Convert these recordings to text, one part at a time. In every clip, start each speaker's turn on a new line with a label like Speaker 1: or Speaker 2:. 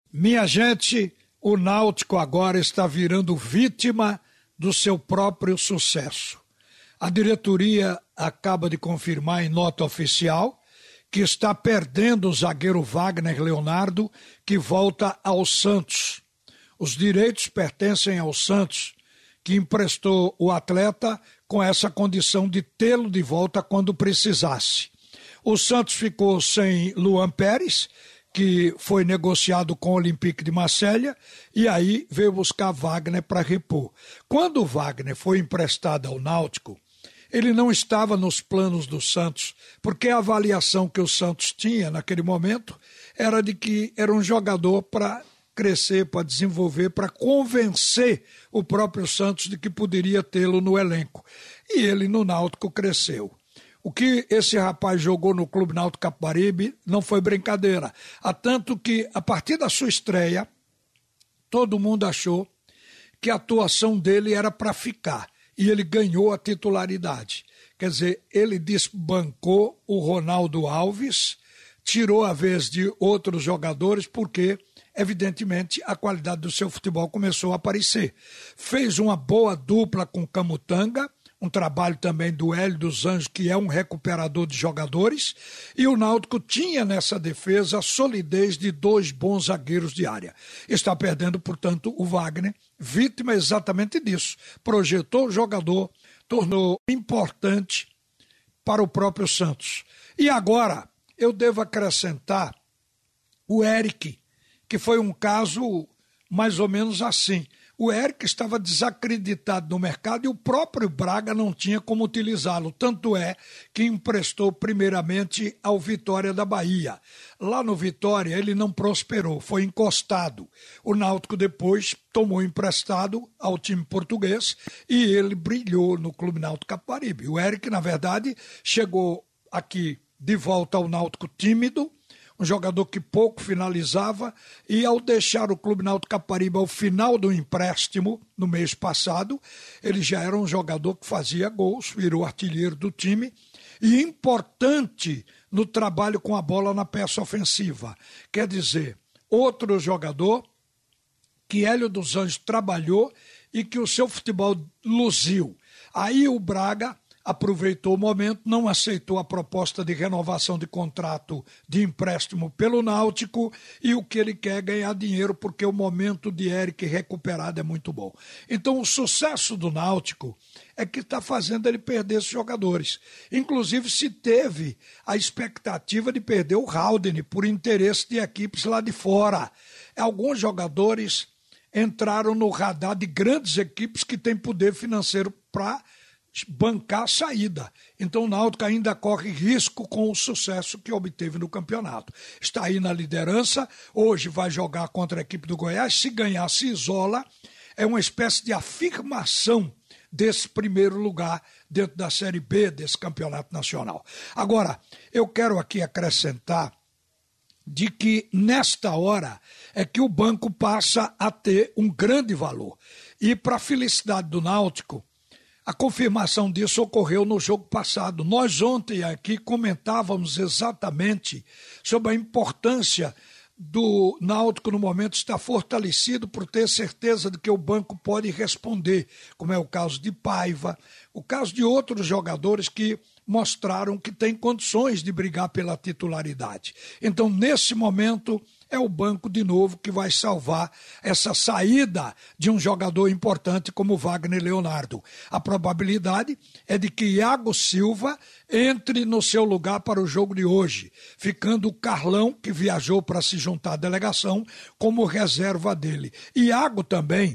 Speaker 1: Minha gente, o Náutico agora está virando vítima do seu próprio sucesso. A diretoria acaba de confirmar em nota oficial que está perdendo o zagueiro Wagner Leonardo, que volta ao Santos. Os direitos pertencem ao Santos, que emprestou o atleta com essa condição de tê-lo de volta quando precisasse. O Santos ficou sem Luan Pérez, que foi negociado com o Olympique de Marselha, e aí veio buscar Wagner para repor. Quando o Wagner foi emprestado ao Náutico, ele não estava nos planos do Santos, porque a avaliação que o Santos tinha naquele momento era de que era um jogador para crescer, para desenvolver, para convencer o próprio Santos de que poderia tê-lo no elenco. E ele no Náutico cresceu. O que esse rapaz jogou no Clube Náutico Capibaribe não foi brincadeira. Há tanto que, a partir da sua estreia, todo mundo achou que a atuação dele era para ficar. E ele ganhou a titularidade. Quer dizer, ele desbancou o Ronaldo Alves, tirou a vez de outros jogadores, porque, evidentemente, a qualidade do seu futebol começou a aparecer. Fez uma boa dupla com Camutanga, um trabalho também do Hélio dos Anjos, que é um recuperador de jogadores, e o Náutico tinha nessa defesa a solidez de dois bons zagueiros de área. Está perdendo, portanto, o Wagner, vítima exatamente disso. Projetou o jogador, tornou importante para o próprio Santos. E agora, eu devo acrescentar o Eric, que foi um caso mais ou menos assim. O Eric estava desacreditado no mercado e o próprio Braga não tinha como utilizá-lo. Tanto é que emprestou primeiramente ao Vitória da Bahia. Lá no Vitória ele não prosperou, foi encostado. O Náutico depois tomou emprestado ao time português e ele brilhou no Clube Náutico Capibaribe. O Eric, na verdade, chegou aqui de volta ao Náutico tímido, um jogador que pouco finalizava, e ao deixar o Clube Náutico Capibaribe ao final do empréstimo, no mês passado, ele já era um jogador que fazia gols, virou artilheiro do time, e importante no trabalho com a bola na peça ofensiva. Quer dizer, outro jogador que Hélio dos Anjos trabalhou e que o seu futebol luziu. Aí o Braga aproveitou o momento, não aceitou a proposta de renovação de contrato de empréstimo pelo Náutico, e o que ele quer é ganhar dinheiro, porque o momento de Eric recuperado é muito bom. Então o sucesso do Náutico é que está fazendo ele perder esses jogadores. Inclusive se teve a expectativa de perder o Haldane por interesse de equipes lá de fora. Alguns jogadores entraram no radar de grandes equipes que têm poder financeiro para bancar a saída. Então o Náutico ainda corre risco com o sucesso que obteve no campeonato. Está aí na liderança, hoje vai jogar contra a equipe do Goiás, se ganhar se isola, é uma espécie de afirmação desse primeiro lugar dentro da Série B desse campeonato nacional. Agora, eu quero aqui acrescentar de que nesta hora é que o banco passa a ter um grande valor. E para a felicidade do Náutico, a confirmação disso ocorreu no jogo passado. Nós ontem aqui comentávamos exatamente sobre a importância do Náutico no momento estar fortalecido por ter certeza de que o banco pode responder, como é o caso de Paiva, o caso de outros jogadores que mostraram que têm condições de brigar pela titularidade. Então, nesse momento, é o banco de novo que vai salvar essa saída de um jogador importante como Wagner Leonardo. A probabilidade é de que Iago Silva entre no seu lugar para o jogo de hoje, ficando o Carlão, que viajou para se juntar à delegação, como reserva dele. Iago também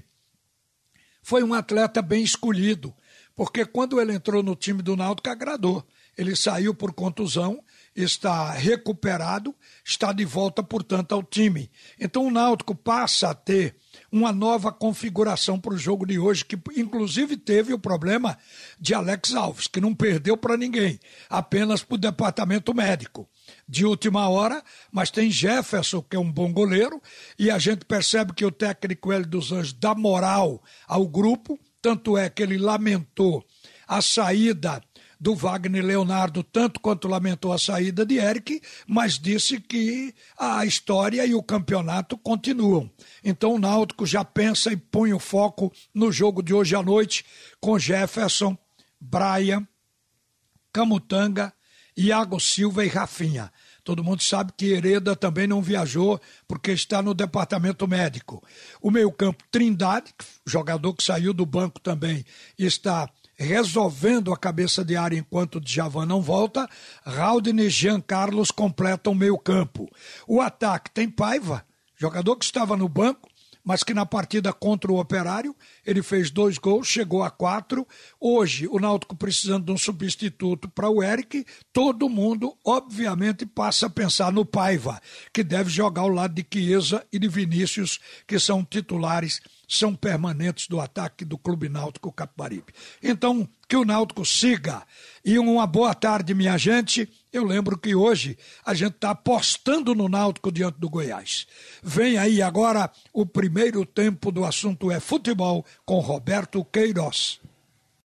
Speaker 1: foi um atleta bem escolhido, porque quando ele entrou no time do Náutico agradou. Ele saiu por contusão, está recuperado, está de volta, portanto, ao time. Então o Náutico passa a ter uma nova configuração para o jogo de hoje, que inclusive teve o problema de Alex Alves, que não perdeu para ninguém, apenas para o departamento médico. De última hora, mas tem Jefferson, que é um bom goleiro, e a gente percebe que o técnico Hélio dos Anjos dá moral ao grupo, tanto é que ele lamentou a saída do Wagner Leonardo, tanto quanto lamentou a saída de Eric, mas disse que a história e o campeonato continuam. Então o Náutico já pensa e põe o foco no jogo de hoje à noite com Jefferson, Brian, Camutanga, Iago Silva e Rafinha. Todo mundo sabe que Hereda também não viajou porque está no departamento médico. O meio-campo Trindade, jogador que saiu do banco também, está resolvendo a cabeça de área enquanto o Djavan não volta. Haldane e Jean Carlos completam o meio-campo. O ataque tem Paiva, jogador que estava no banco, mas que na partida contra o Operário, ele fez 2 gols, chegou a 4. Hoje, o Náutico precisando de um substituto para o Eric, todo mundo, obviamente, passa a pensar no Paiva, que deve jogar ao lado de Chiesa e de Vinícius, que são titulares, são permanentes do ataque do Clube Náutico Capibaribe. Então, que o Náutico siga. E uma boa tarde, minha gente. Eu lembro que hoje a gente está apostando no Náutico diante do Goiás. Vem aí agora o primeiro tempo do assunto é futebol com Roberto Queiroz.